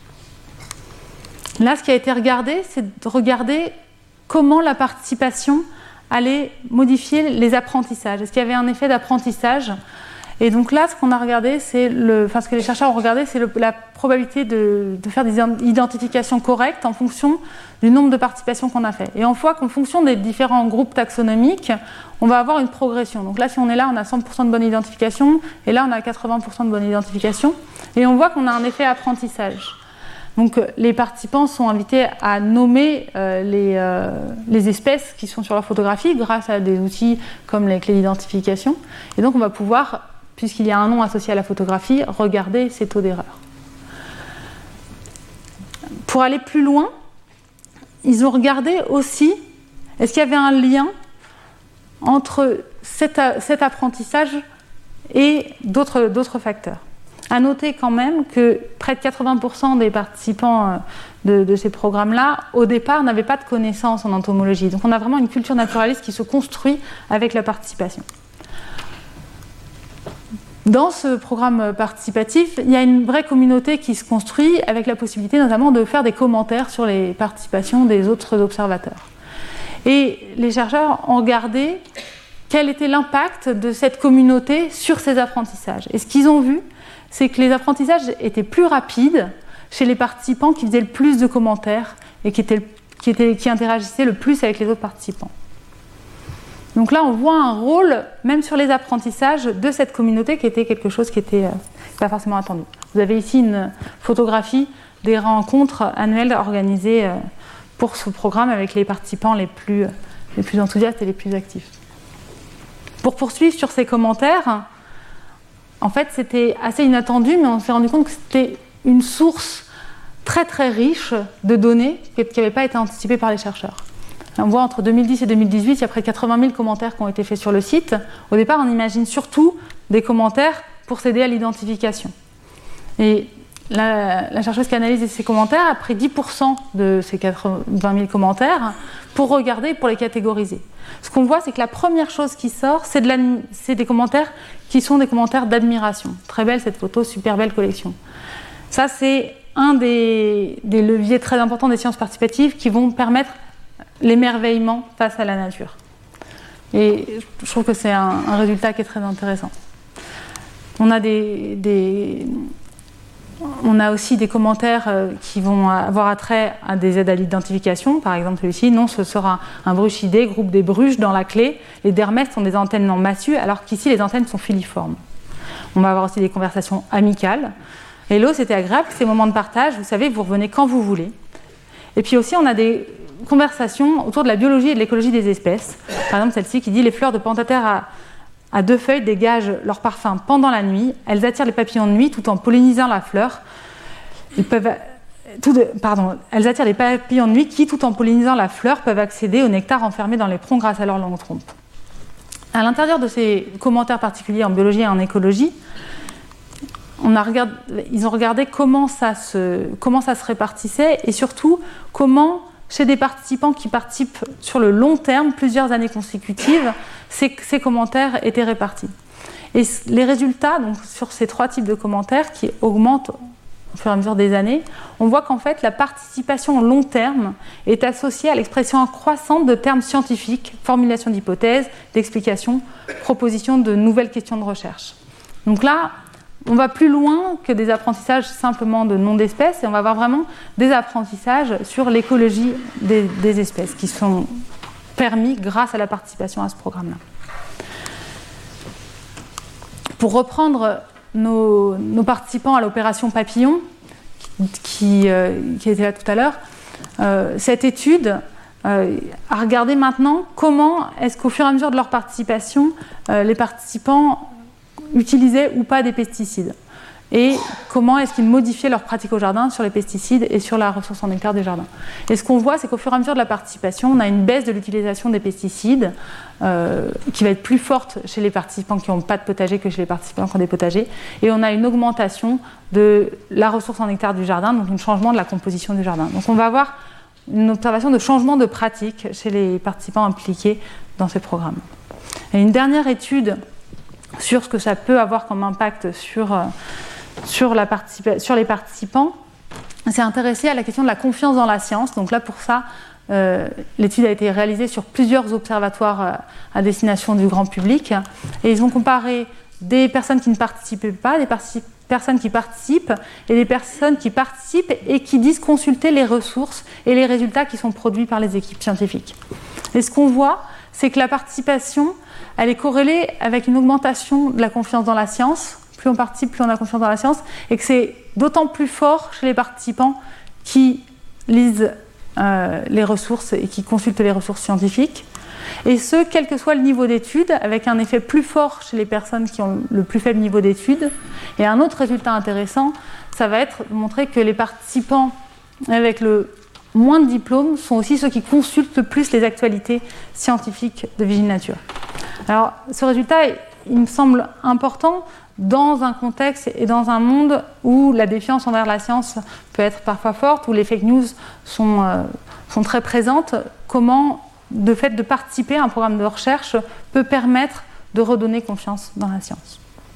Là, ce qui a été regardé, c'est de regarder comment la participation allait modifier les apprentissages. Est-ce qu'il y avait un effet d'apprentissage? Et donc là, ce qu'on a regardé, c'est le, enfin ce que les chercheurs ont regardé, c'est le, la probabilité de, de faire des identifications correctes en fonction du nombre de participations qu'on a fait. Et on voit qu'en fonction des différents groupes taxonomiques, on va avoir une progression. Donc là, si on est là, on a cent pour cent de bonne identification, et là, on a quatre-vingts pour cent de bonne identification. Et on voit qu'on a un effet apprentissage. Donc les participants sont invités à nommer euh, les, euh, les espèces qui sont sur leur photographie grâce à des outils comme les clés d'identification. Et donc on va pouvoir, puisqu'il y a un nom associé à la photographie, regarder ces taux d'erreur. Pour aller plus loin, ils ont regardé aussi, est-ce qu'il y avait un lien entre cet, cet apprentissage et d'autres d'autres facteurs. À noter quand même que près de quatre-vingts pour cent des participants de, de ces programmes-là, au départ, n'avaient pas de connaissances en entomologie. Donc on a vraiment une culture naturaliste qui se construit avec la participation. Dans ce programme participatif, il y a une vraie communauté qui se construit avec la possibilité notamment de faire des commentaires sur les participations des autres observateurs. Et les chercheurs ont regardé quel était l'impact de cette communauté sur ces apprentissages. Et ce qu'ils ont vu, c'est que les apprentissages étaient plus rapides chez les participants qui faisaient le plus de commentaires et qui, étaient, qui, étaient, qui interagissaient le plus avec les autres participants. Donc là, on voit un rôle, même sur les apprentissages, de cette communauté qui était quelque chose qui n'était euh, pas forcément attendu. Vous avez ici une photographie des rencontres annuelles organisées euh, pour ce programme avec les participants les plus, les plus enthousiastes et les plus actifs. Pour poursuivre sur ces commentaires, en fait, c'était assez inattendu, mais on s'est rendu compte que c'était une source très très riche de données qui n'avait pas été anticipée par les chercheurs. On voit entre deux mille dix et deux mille dix-huit, il y a près de quatre-vingt mille commentaires qui ont été faits sur le site. Au départ, on imagine surtout des commentaires pour s'aider à l'identification. Et la, la chercheuse qui analyse ces commentaires a pris dix pour cent de ces quatre-vingt mille commentaires pour regarder, pour les catégoriser. Ce qu'on voit, c'est que la première chose qui sort, c'est, de la, c'est des commentaires qui sont des commentaires d'admiration. Très belle cette photo, super belle collection. Ça, c'est un des, des leviers très importants des sciences participatives qui vont permettre l'émerveillement face à la nature. Et je trouve que c'est un, un résultat qui est très intéressant. On a, des, des, on a aussi des commentaires qui vont avoir attrait à des aides à l'identification. Par exemple, celui-ci, non, ce sera un bruchidé, groupe des bruches dans la clé. Les dermestes sont des antennes non massues, alors qu'ici, les antennes sont filiformes. On va avoir aussi des conversations amicales. Hello, c'était agréable, ces moments de partage. Vous savez, vous revenez quand vous voulez. Et puis aussi, on a des conversations autour de la biologie et de l'écologie des espèces. Par exemple, celle-ci qui dit « Les fleurs de Pentater à, à deux feuilles dégagent leur parfum pendant la nuit. Elles attirent les papillons de nuit tout en pollinisant la fleur. Ils peuvent, tout de, pardon, elles attirent les papillons de nuit qui, tout en pollinisant la fleur, peuvent accéder au nectar enfermé dans les troncs grâce à leur longue trompe. » À l'intérieur de ces commentaires particuliers en biologie et en écologie, on a regardé, ils ont regardé comment ça, se, comment ça se répartissait et surtout comment, chez des participants qui participent sur le long terme, plusieurs années consécutives, ces, ces commentaires étaient répartis. Et les résultats, donc, sur ces trois types de commentaires qui augmentent au fur et à mesure des années, on voit qu'en fait, la participation au long terme est associée à l'expression croissante de termes scientifiques, formulation d'hypothèses, d'explications, proposition de nouvelles questions de recherche. Donc là, on va plus loin que des apprentissages simplement de noms d'espèces et on va avoir vraiment des apprentissages sur l'écologie des, des espèces qui sont permis grâce à la participation à ce programme-là. pour reprendre nos, nos participants à l'opération Papillon, qui, euh, qui était là tout à l'heure, euh, cette étude euh, a regardé maintenant comment est-ce qu'au fur et à mesure de leur participation, euh, les participants utilisaient ou pas des pesticides. Et comment est-ce qu'ils modifiaient leurs pratiques au jardin sur les pesticides et sur la ressource en hectare des jardins. Et ce qu'on voit, c'est qu'au fur et à mesure de la participation, on a une baisse de l'utilisation des pesticides euh, qui va être plus forte chez les participants qui n'ont pas de potager que chez les participants qui ont des potagers. Et on a une augmentation de la ressource en hectare du jardin, donc un changement de la composition du jardin. Donc on va avoir une observation de changement de pratique chez les participants impliqués dans ces programmes. Et une dernière étude sur ce que ça peut avoir comme impact sur... Euh, Sur, la sur les participants, s'est intéressé à la question de la confiance dans la science. Donc là, pour ça, euh, l'étude a été réalisée sur plusieurs observatoires euh, à destination du grand public. Et ils ont comparé des personnes qui ne participaient pas, des particip- personnes qui participent, et des personnes qui participent et qui disent consulter les ressources et les résultats qui sont produits par les équipes scientifiques. Et ce qu'on voit, c'est que la participation, elle est corrélée avec une augmentation de la confiance dans la science. Plus on participe, plus on a confiance dans la science, et que c'est d'autant plus fort chez les participants qui lisent euh, les ressources et qui consultent les ressources scientifiques. Et ce, quel que soit le niveau d'études, avec un effet plus fort chez les personnes qui ont le plus faible niveau d'études. Et un autre résultat intéressant, ça va être de montrer que les participants avec le moins de diplômes sont aussi ceux qui consultent le plus les actualités scientifiques de Viginature. Alors, ce résultat, il me semble important dans un contexte et dans un monde où la défiance envers la science peut être parfois forte, où les fake news sont, euh, sont très présentes. Comment, le fait de participer à un programme de recherche peut permettre de redonner confiance dans la science.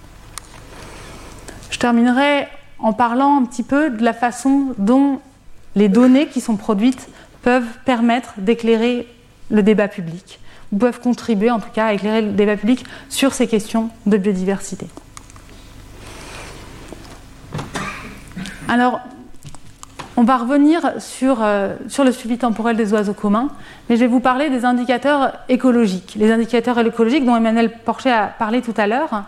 Je terminerai en parlant un petit peu de la façon dont les données qui sont produites peuvent permettre d'éclairer le débat public, ou peuvent contribuer en tout cas à éclairer le débat public sur ces questions de biodiversité. Alors, on va revenir sur, euh, sur le suivi temporel des oiseaux communs, mais je vais vous parler des indicateurs écologiques. Les indicateurs écologiques dont Emmanuel Porcher a parlé tout à l'heure.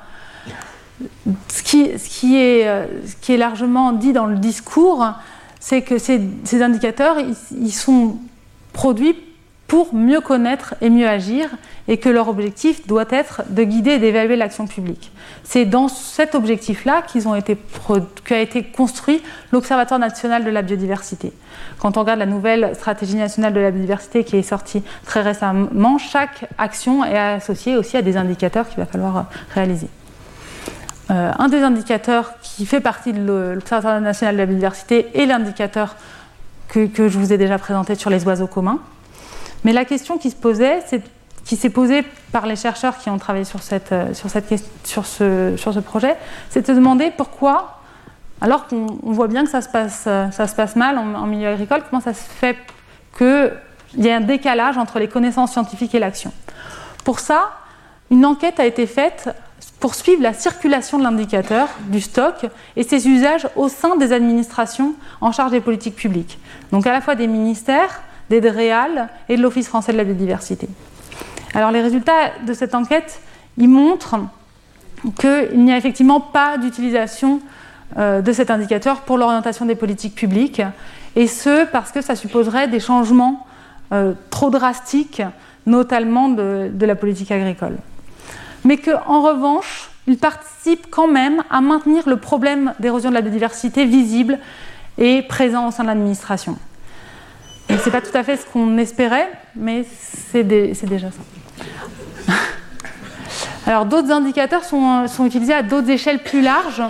Ce qui, ce qui, est, euh, ce qui est largement dit dans le discours, c'est que ces, ces indicateurs, ils, ils sont produits pour mieux connaître et mieux agir, et que leur objectif doit être de guider et d'évaluer l'action publique. C'est dans cet objectif-là qu'ils ont été, qu'a été construit l'Observatoire national de la biodiversité. Quand on regarde la nouvelle stratégie nationale de la biodiversité qui est sortie très récemment, chaque action est associée aussi à des indicateurs qu'il va falloir réaliser. Euh, un des indicateurs qui fait partie de l'Observatoire national de la biodiversité est l'indicateur que, que je vous ai déjà présenté sur les oiseaux communs. Mais la question qui se posait, c'est, qui s'est posée par les chercheurs qui ont travaillé sur, cette, sur, cette, sur, ce, sur ce projet, c'est de se demander pourquoi, alors qu'on on voit bien que ça se passe, ça se passe mal en, en milieu agricole, comment ça se fait qu'il y ait un décalage entre les connaissances scientifiques et l'action. Pour ça, une enquête a été faite pour suivre la circulation de l'indicateur, du stock, et ses usages au sein des administrations en charge des politiques publiques. Donc à la fois des ministères, des DREAL et de l'Office français de la biodiversité. Alors les résultats de cette enquête, ils montrent qu'il n'y a effectivement pas d'utilisation euh, de cet indicateur pour l'orientation des politiques publiques, et ce parce que ça supposerait des changements euh, trop drastiques, notamment de, de la politique agricole. Mais qu'en revanche, il participe quand même à maintenir le problème d'érosion de la biodiversité visible et présent au sein de l'administration. Ce n'est pas tout à fait ce qu'on espérait, mais c'est, des, c'est déjà ça. Alors, d'autres indicateurs sont, sont utilisés à d'autres échelles plus larges.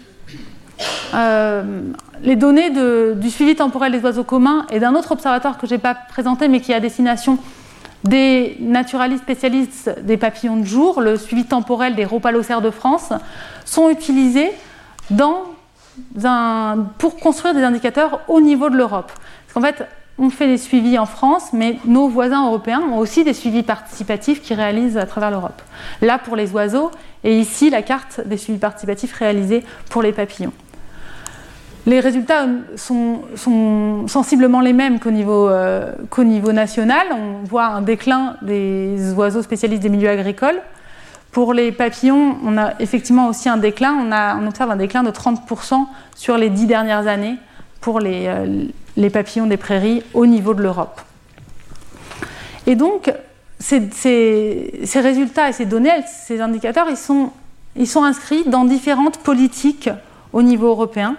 Euh, les données de, du suivi temporel des oiseaux communs et d'un autre observatoire que je n'ai pas présenté, mais qui est à destination des naturalistes spécialistes des papillons de jour, le suivi temporel des rhopalocères de France, sont utilisés dans un, pour construire des indicateurs au niveau de l'Europe. Parce qu'en fait, on fait des suivis en France, mais nos voisins européens ont aussi des suivis participatifs qu'ils réalisent à travers l'Europe. Là, pour les oiseaux, et ici, la carte des suivis participatifs réalisés pour les papillons. Les résultats sont, sont sensiblement les mêmes qu'au niveau, euh, qu'au niveau national. On voit un déclin des oiseaux spécialistes des milieux agricoles. Pour les papillons, on a effectivement aussi un déclin. On, a, on observe un déclin de trente pour cent sur les dix dernières années pour les, euh, les papillons des prairies au niveau de l'Europe. Et donc, ces, ces, ces résultats et ces données, ces indicateurs, ils sont, ils sont inscrits dans différentes politiques au niveau européen.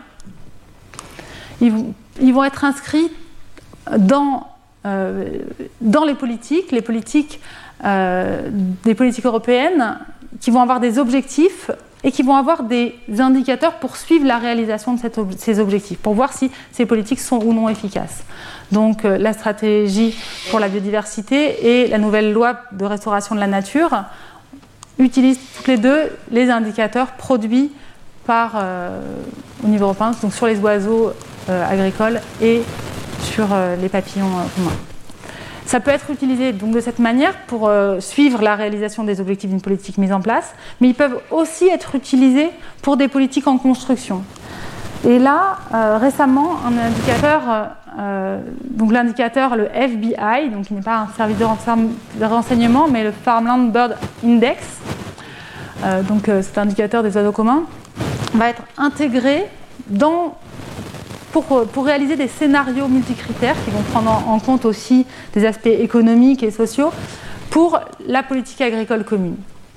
Ils, ils vont être inscrits dans, euh, dans les politiques, les politiques, euh, des politiques européennes qui vont avoir des objectifs et qui vont avoir des indicateurs pour suivre la réalisation de cette ob- ces objectifs, pour voir si ces politiques sont ou non efficaces. Donc euh, la stratégie pour la biodiversité et la nouvelle loi de restauration de la nature utilisent toutes les deux les indicateurs produits par, euh, au niveau européen, donc sur les oiseaux euh, agricoles et sur euh, les papillons euh, communs. Ça peut être utilisé donc, de cette manière pour euh, suivre la réalisation des objectifs d'une politique mise en place, mais ils peuvent aussi être utilisés pour des politiques en construction. Et là, euh, récemment, un indicateur, euh, donc l'indicateur, le F B I, donc qui n'est pas un service de renseignement, mais le Farmland Bird Index, euh, donc euh, cet indicateur des oiseaux communs, va être intégré dans... Pour, pour réaliser des scénarios multicritères qui vont prendre en, en compte aussi des aspects économiques et sociaux pour la politique agricole commune.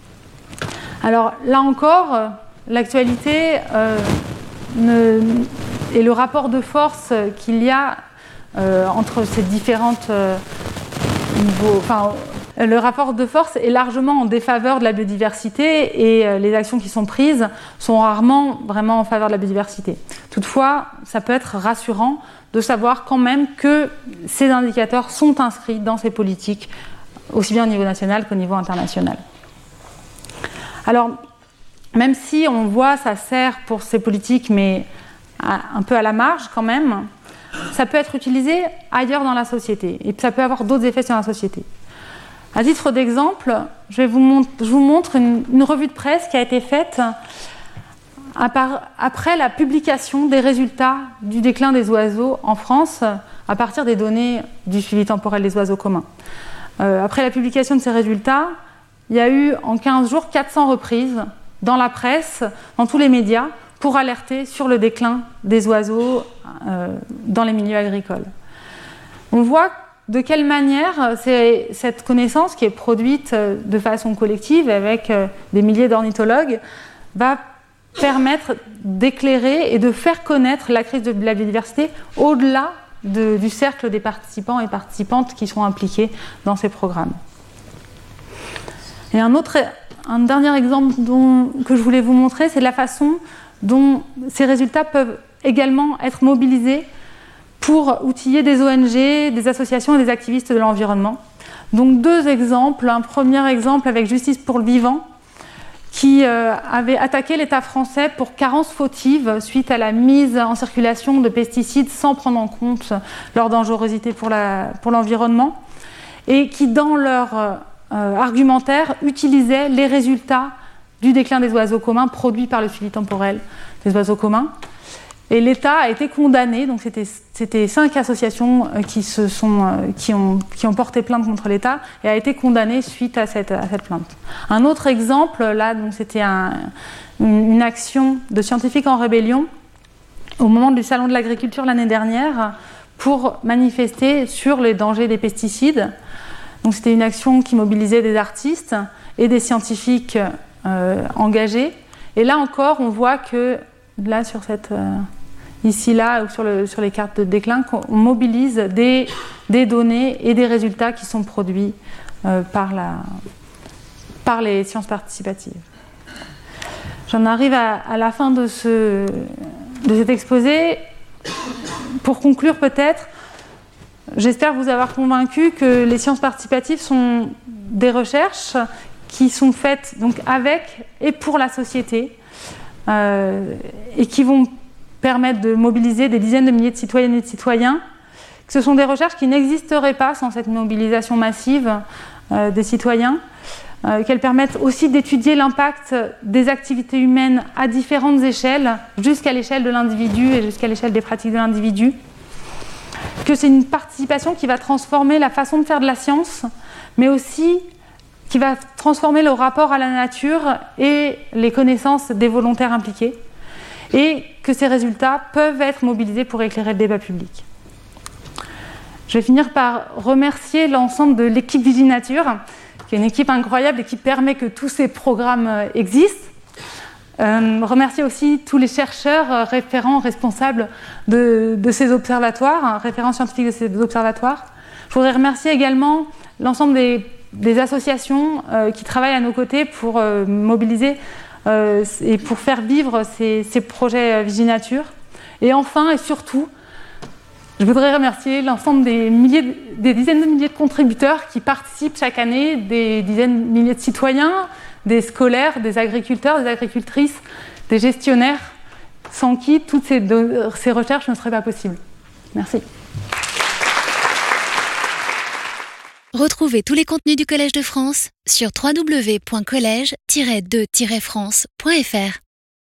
Alors là encore, l'actualité euh, ne, et le rapport de force qu'il y a euh, entre ces différentes euh, niveaux, enfin, le rapport de force est largement en défaveur de la biodiversité et les actions qui sont prises sont rarement vraiment en faveur de la biodiversité. Toutefois, ça peut être rassurant de savoir quand même que ces indicateurs sont inscrits dans ces politiques, aussi bien au niveau national qu'au niveau international. Alors, même si on voit ça sert pour ces politiques, mais un peu à la marge quand même, ça peut être utilisé ailleurs dans la société et ça peut avoir d'autres effets sur la société. À titre d'exemple, je, vais vous montre, je vous montre une, une revue de presse qui a été faite après la publication des résultats du déclin des oiseaux en France à partir des données du suivi temporel des oiseaux communs. Euh, après la publication de ces résultats, il y a eu en quinze jours quatre cents reprises dans la presse, dans tous les médias, pour alerter sur le déclin des oiseaux euh, dans les milieux agricoles. On voit de quelle manière c'est cette connaissance qui est produite de façon collective avec des milliers d'ornithologues va permettre d'éclairer et de faire connaître la crise de la biodiversité au-delà de, du cercle des participants et participantes qui sont impliqués dans ces programmes. Et un, autre, un dernier exemple dont, que je voulais vous montrer, c'est la façon dont ces résultats peuvent également être mobilisés pour outiller des O N G, des associations et des activistes de l'environnement. Donc deux exemples. Un premier exemple avec Justice pour le vivant, qui euh, avait attaqué l'État français pour carence fautive suite à la mise en circulation de pesticides sans prendre en compte leur dangerosité pour, la, pour l'environnement, et qui, dans leur euh, argumentaire, utilisait les résultats du déclin des oiseaux communs produits par le suivi temporel des oiseaux communs. Et l'État a été condamné, donc c'était, c'était cinq associations qui, se sont, qui, ont, qui ont porté plainte contre l'État et a été condamné suite à cette, à cette plainte. Un autre exemple, là, donc c'était un, une, une action de scientifiques en rébellion au moment du Salon de l'agriculture l'année dernière pour manifester sur les dangers des pesticides. Donc c'était une action qui mobilisait des artistes et des scientifiques euh, engagés. Et là encore, on voit que, là, sur cette... Euh, ici, là, ou sur, le, sur les cartes de déclin, on mobilise des, des données et des résultats qui sont produits euh, par, la, par les sciences participatives. J'en arrive à, à la fin de, ce, de cet exposé. Pour conclure, peut-être, j'espère vous avoir convaincu que les sciences participatives sont des recherches qui sont faites donc, avec et pour la société euh, et qui vont permettre de mobiliser des dizaines de milliers de citoyennes et de citoyens. Ce sont des recherches qui n'existeraient pas sans cette mobilisation massive euh, des citoyens, euh, qu'elles permettent aussi d'étudier l'impact des activités humaines à différentes échelles, jusqu'à l'échelle de l'individu et jusqu'à l'échelle des pratiques de l'individu, que c'est une participation qui va transformer la façon de faire de la science, mais aussi qui va transformer le rapport à la nature et les connaissances des volontaires impliqués, et que ces résultats peuvent être mobilisés pour éclairer le débat public. Je vais finir par remercier l'ensemble de l'équipe Viginature, qui est une équipe incroyable et qui permet que tous ces programmes existent. Euh, remercier aussi tous les chercheurs, référents, responsables de, de ces observatoires, référents scientifiques de ces observatoires. Je voudrais remercier également l'ensemble des, des associations euh, qui travaillent à nos côtés pour euh, mobiliser euh, et pour faire vivre ces, ces projets Viginature. Et enfin et surtout, je voudrais remercier l'ensemble des, milliers, des dizaines de milliers de contributeurs qui participent chaque année, des dizaines de milliers de citoyens, des scolaires, des agriculteurs, des agricultrices, des gestionnaires, sans qui toutes ces, de, ces recherches ne seraient pas possibles. Merci. Retrouvez tous les contenus du Collège de France sur w w w point collège tiret de tiret france point f r.